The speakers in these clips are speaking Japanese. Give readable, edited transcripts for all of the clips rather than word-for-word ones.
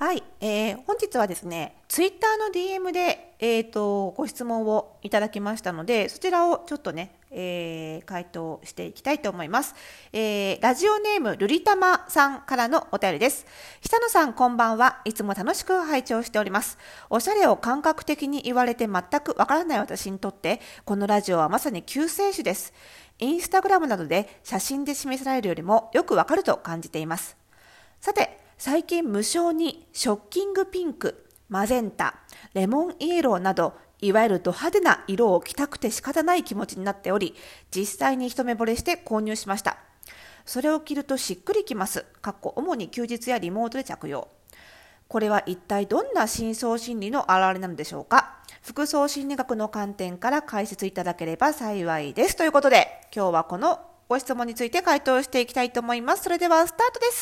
はい、本日はですね、ツイッターの DM で、ご質問をいただきましたので、そちらをちょっとね、回答していきたいと思います。ラジオネームルリタマさんからのお便りです。久野さん、こんばんは。いつも楽しく拝聴しております。おしゃれを感覚的に言われて全くわからない私にとって、このラジオはまさに救世主です。インスタグラムなどで写真で示されるよりもよくわかると感じています。さて、最近無償にショッキングピンク、マゼンタ、レモンイエローなど、いわゆるド派手な色を着たくて仕方ない気持ちになっており、実際に一目惚れして購入しました。それを着るとしっくりきます。主に休日やリモートで着用。これは一体どんな深層心理の表れなのでしょうか。服装心理学の観点から解説いただければ幸いです。ということで、今日はこのご質問について回答していきたいと思います。それではスタートです。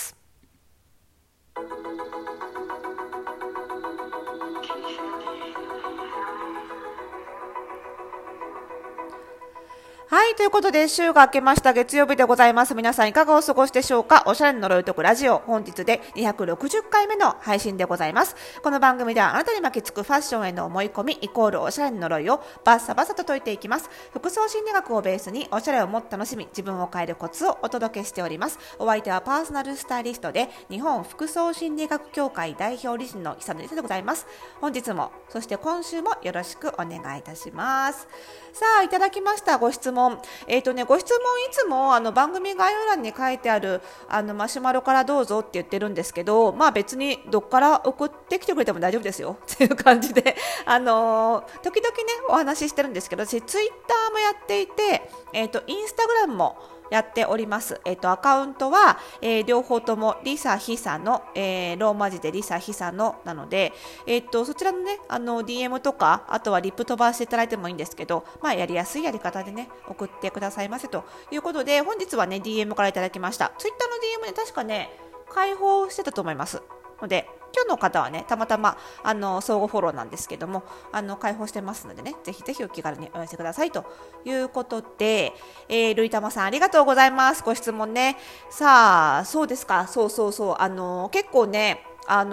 はい、ということで、週が明けました月曜日でございます。皆さんいかがお過ごしでしょうか。おしゃれの呪いとくラジオ、本日で260回目の配信でございます。この番組ではあなたに巻きつくファッションへの思い込みイコールおしゃれの呪いをバッサバサと解いていきます。服装心理学をベースにおしゃれをもっと楽しみ、自分を変えるコツをお届けしております。お相手はパーソナルスタイリストで日本服装心理学協会代表理事の久野理沙でございます。本日も、そして今週もよろしくお願いいたします。さあ、いただきましたご質問。ご質問いつも番組概要欄に書いてあるマシュマロからどうぞって言ってるんですけど、まあ別にどっから送ってきてくれても大丈夫ですよっていう感じで、時々ねお話ししてるんですけど、私ツイッターもやっていて、インスタグラムもやっております。アカウントは、両方ともリサヒサの、ローマ字でリサヒサのなので、そちらのね、DM とか、あとはリップ飛ばしていただいてもいいんですけど、まあ、やりやすいやり方でね、送ってくださいませということで、本日はね、DM からいただきました。ツイッターの DM ね、確かね、開放してたと思います。ので、今日の方はね、たまたま相互フォローなんですけども、開放してますのでね、ぜひぜひお気軽にお寄せくださいということで、ルイタマさんありがとうございます。ご質問ね。さあ、そうですか。そう、結構ね、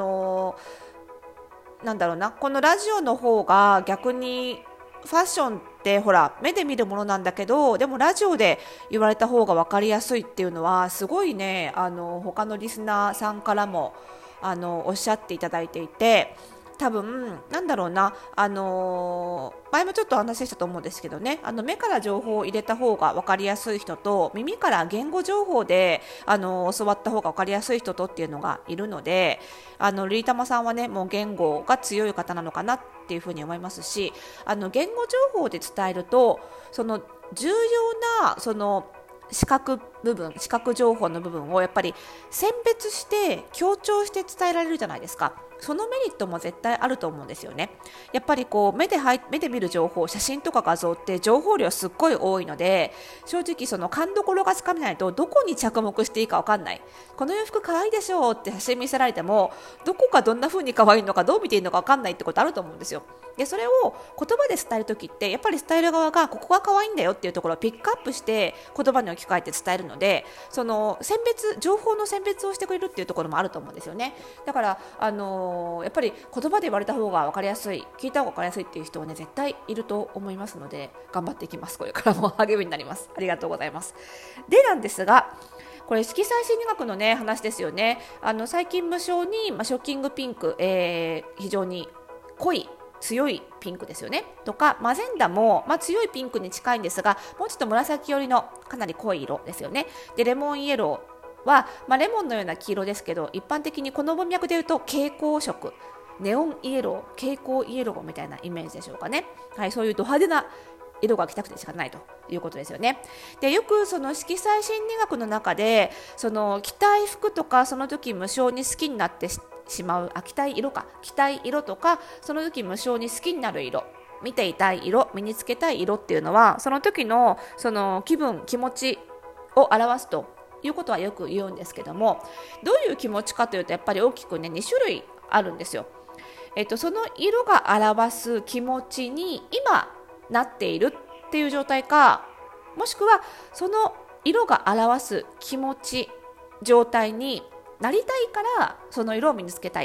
なんだろうな、このラジオの方が逆にファッションってほら目で見るものなんだけど、でもラジオで言われた方が分かりやすいっていうのはすごいね、他のリスナーさんからもおっしゃっていただいていて、多分なんだろうな、前もちょっとお話ししたと思うんですけどね、目から情報を入れた方が分かりやすい人と、耳から言語情報で教わった方が分かりやすい人とっていうのがいるので、リータマさんはね、もう言語が強い方なのかなっていうふうに思いますし、言語情報で伝えると、その重要なその視覚情報の部分をやっぱり選別して強調して伝えられるじゃないですか。そのメリットも絶対あると思うんですよね。やっぱりこう目で見る情報、写真とか画像って情報量すっごい多いので、正直その勘どころがつかめないとどこに着目していいか分かんない。この洋服可愛いでしょって写真見せられても、どこがどんな風に可愛いのかどう見ていいのか分かんないってことあると思うんですよ。でそれを言葉で伝えるときって、やっぱり伝える側がここが可愛いんだよっていうところをピックアップして言葉に置き換えて伝えるので、その情報の選別をしてくれるっていうところもあると思うんですよね。だからやっぱり言葉で言われた方が分かりやすい、聞いた方が分かりやすいっていう人はね、絶対いると思いますので、頑張っていきます。これからも励みになります。ありがとうございます。でなんですが、これ色彩心理学のね話ですよね。最近無償に、ショッキングピンク、非常に濃い強いピンクですよねとか、マゼンダも、強いピンクに近いんですが、もうちょっと紫寄りのかなり濃い色ですよね。でレモンイエローは、レモンのような黄色ですけど、一般的にこの文脈でいうと蛍光色、ネオンイエロー、蛍光イエローみたいなイメージでしょうかね。はい、そういうド派手な色が着たくて仕方ないということですよね。でよくその色彩心理学の中で、その着たい服とか、その時無性に好きになってしまう着たい色とか、その時無性に好きになる色、見ていたい色、身につけたい色っていうのは、その時のその気分、気持ちを表すということはよく言うんですけども、どういう気持ちかというと、やっぱり大きくね2種類あるんですよ。その色が表す気持ちに今なっているっていう状態か、もしくはその色が表す気持ち状態になりたいからその色を身につけたい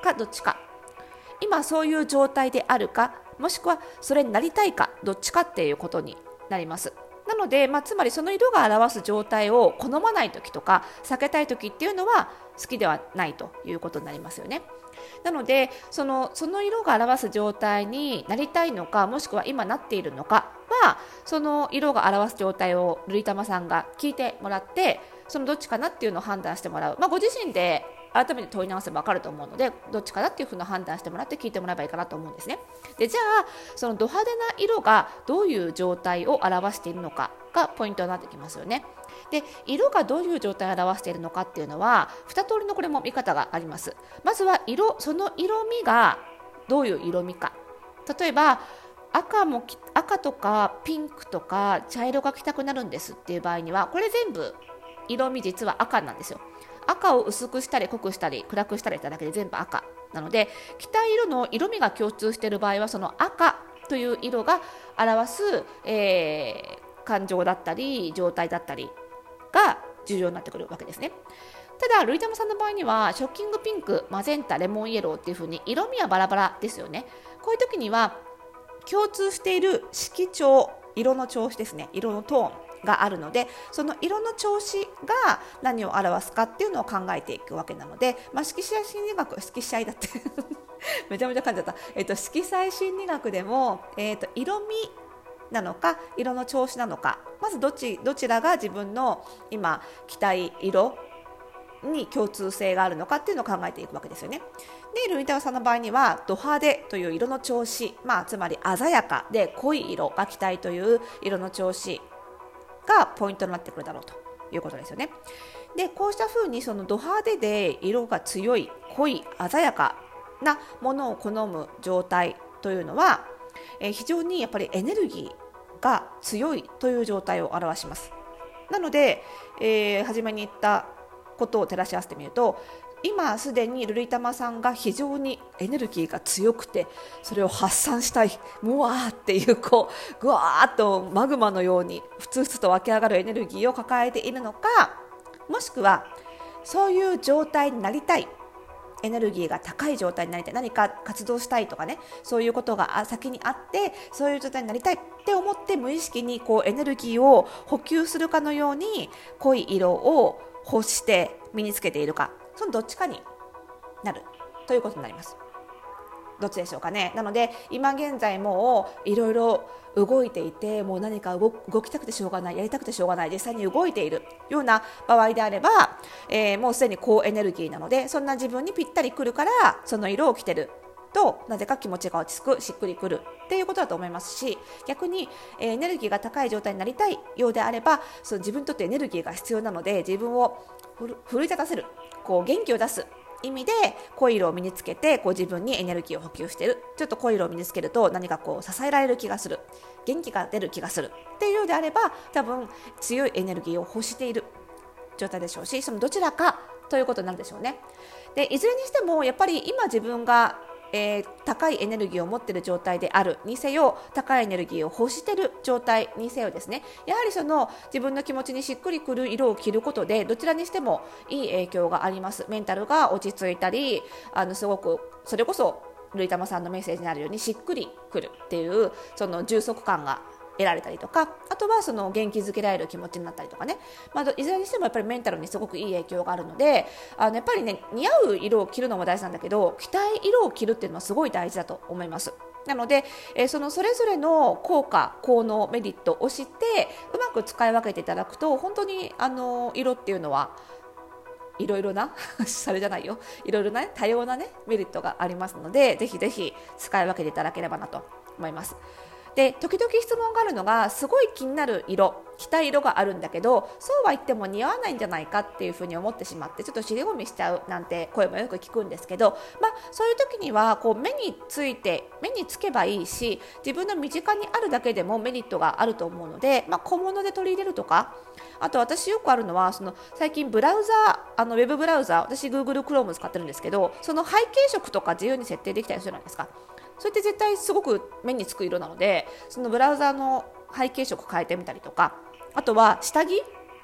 かどっちか、今そういう状態であるか、もしくはそれになりたいかどっちかっていうことになります。なので、つまりその色が表す状態を好まない時とか避けたい時っていうのは好きではないということになりますよね。なのでその色が表す状態になりたいのか、もしくは今なっているのかは、その色が表す状態をルリタマさんが聞いてもらって、そのどっちかなっていうのを判断してもらう、ご自身で改めて問い直せば分かると思うので、どっちかなっていうふうな判断してもらって聞いてもらえばいいかなと思うんですね。でじゃあそのド派手な色がどういう状態を表しているのかがポイントになってきますよね。で色がどういう状態を表しているのかっていうのは2通りのこれも見方があります。まずはその色味がどういう色味か、例えば赤とかピンクとか茶色が着たくなるんですっていう場合には、これ全部色味実は赤なんですよ。赤を薄くしたり濃くしたり暗くしたりしただけで全部赤なので、着た色の色味が共通している場合はその赤という色が表す、感情だったり状態だったりが重要になってくるわけですね。ただルイタマさんの場合にはショッキングピンク、マゼンタ、レモンイエローっていう風に色味はバラバラですよね。こういう時には共通している色調、色の調子ですね、色のトーンがあるので、その色の調子が何を表すかっていうのを考えていくわけなので、色彩心理学、色彩だってめちゃめちゃ噛んじゃった、色彩心理学でも、色味なのか色の調子なのか、まずどちらが自分の今着たい色に共通性があるのかっていうのを考えていくわけですよね。でルイタワさんの場合にはド派手という色の調子、つまり鮮やかで濃い色が着たいという色の調子がポイントになってくるだろうということですよね。でこうした風にそのド派手で色が強い濃い鮮やかなものを好む状態というのは、非常にやっぱりエネルギーが強いという状態を表します。なので、初めに言ったことを照らし合わせてみると、今すでにルリタマさんが非常にエネルギーが強くて、それを発散したい、ムワーっていうぐわーっとマグマのようにふつふつと湧き上がるエネルギーを抱えているのか、もしくはそういう状態になりたい、エネルギーが高い状態になりたい、何か活動したいとかね、そういうことが先にあって、そういう状態になりたいって思って無意識にエネルギーを補給するかのように濃い色を欲して身につけているか、そのどっちかになるということになります。どっちでしょうかね。なので今現在もういろいろ動いていて、もう何か動きたくてしょうがない、やりたくてしょうがない、実際に動いているような場合であれば、もうすでに高エネルギーなので、そんな自分にぴったりくるからその色を着てると、なぜか気持ちが落ち着く、しっくりくるっていうことだと思いますし、逆にエネルギーが高い状態になりたいようであれば、その自分にとってエネルギーが必要なので、自分を奮い立たせる、元気を出す意味で濃い色を身につけて自分にエネルギーを補給している。ちょっと濃い色を身につけると何か支えられる気がする、元気が出る気がするっていうようであれば、多分強いエネルギーを欲している状態でしょうし、そのどちらかということになるでしょうね。でいずれにしてもやっぱり今自分が高いエネルギーを持っている状態であるにせよ、高いエネルギーを欲している状態にせよですね、やはりその自分の気持ちにしっくりくる色を着ることで、どちらにしてもいい影響があります。メンタルが落ち着いたり、すごくそれこそルイタマさんのメッセージにあるようにしっくりくるっていうその充足感が得られたりとか、あとはその元気づけられる気持ちになったりとかね、いずれにしてもやっぱりメンタルにすごくいい影響があるので、やっぱりね、似合う色を着るのも大事なんだけど、着たい色を着るっていうのはすごい大事だと思います。なので、それぞれの効果、効能、メリットを知ってうまく使い分けていただくと、本当に色っていうのはいろいろなそれじゃないよ、いろいろな、多様なねメリットがありますので、ぜひぜひ使い分けていただければなと思います。で時々質問があるのが、すごい気になる色、着たい色があるんだけど、そうは言っても似合わないんじゃないかっていうふうに思ってしまって、ちょっと尻込みしちゃうなんて声もよく聞くんですけど、そういう時には目につけばいいし、自分の身近にあるだけでもメリットがあると思うので、小物で取り入れるとか、あと私よくあるのは、最近ブラウザー、ウェブブラウザー、私 Google Chrome 使ってるんですけど、その背景色とか自由に設定できたりするじゃないですか。それって絶対すごく目につく色なので、そのブラウザーの背景色変えてみたりとか、あとは下着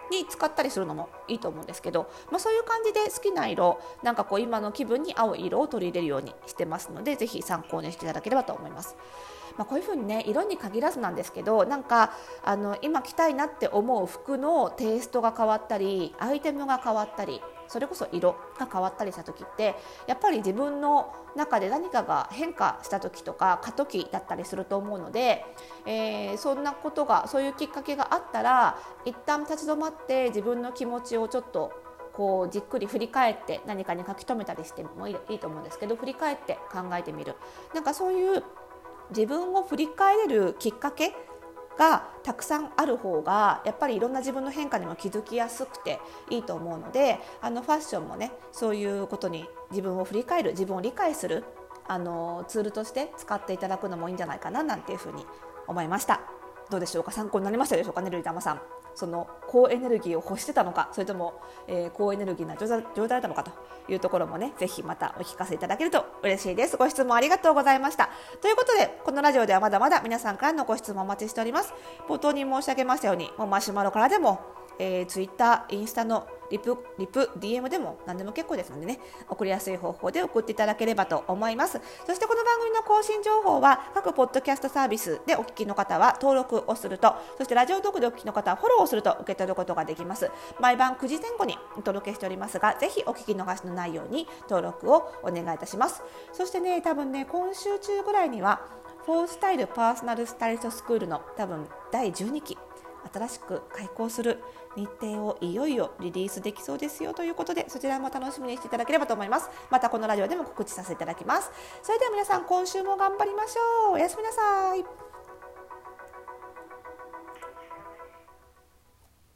に使ったりするのもいいと思うんですけど、そういう感じで好きな色、なんかこう今の気分に合う色を取り入れるようにしてますので、ぜひ参考にしていただければと思います。こういうふうにね、色に限らずなんですけど、なんか今着たいなって思う服のテイストが変わったり、アイテムが変わったり、それこそ色が変わったりした時って、やっぱり自分の中で何かが変化した時とか過渡期だったりすると思うので、そんなことが、そういうきっかけがあったら、一旦立ち止まって自分の気持ちをちょっとこうじっくり振り返って、何かに書き留めたりしてもいいと思うんですけど、振り返って考えてみる、なんかそういう自分を振り返れるきっかけがたくさんある方が、やっぱりいろんな自分の変化にも気づきやすくていいと思うので、ファッションもね、そういうことに自分を振り返る、自分を理解するツールとして使っていただくのもいいんじゃないかな、なんていうふうに思いました。どうでしょうか、参考になりましたでしょうかね、ルリタマさん。その高エネルギーを欲してたのか、それとも、高エネルギーな状態だったのかというところもね、ぜひまたお聞かせいただけると嬉しいです。ご質問ありがとうございました。ということで、このラジオではまだまだ皆さんからのご質問お待ちしております。冒頭に申し上げましたように、もうマシュマロからでも、ツイッター、インスタのリプ、DM でも何でも結構ですのでね、送りやすい方法で送っていただければと思います。そしてこの番組の更新情報は各ポッドキャストサービスでお聞きの方は登録をすると、そしてラジオトークでお聞きの方はフォローをすると受け取ることができます。毎晩9時前後にお届けしておりますが、ぜひお聞き逃しのないように登録をお願いいたします。そしてね、多分ね、今週中ぐらいにはフォースタイルパーソナルスタイリストスクールの多分第12期新しく開講する日程をいよいよリリースできそうですよということで、そちらも楽しみにしていただければと思います。またこのラジオでも告知させていただきます。それでは皆さん、今週も頑張りましょう。おやすみなさい。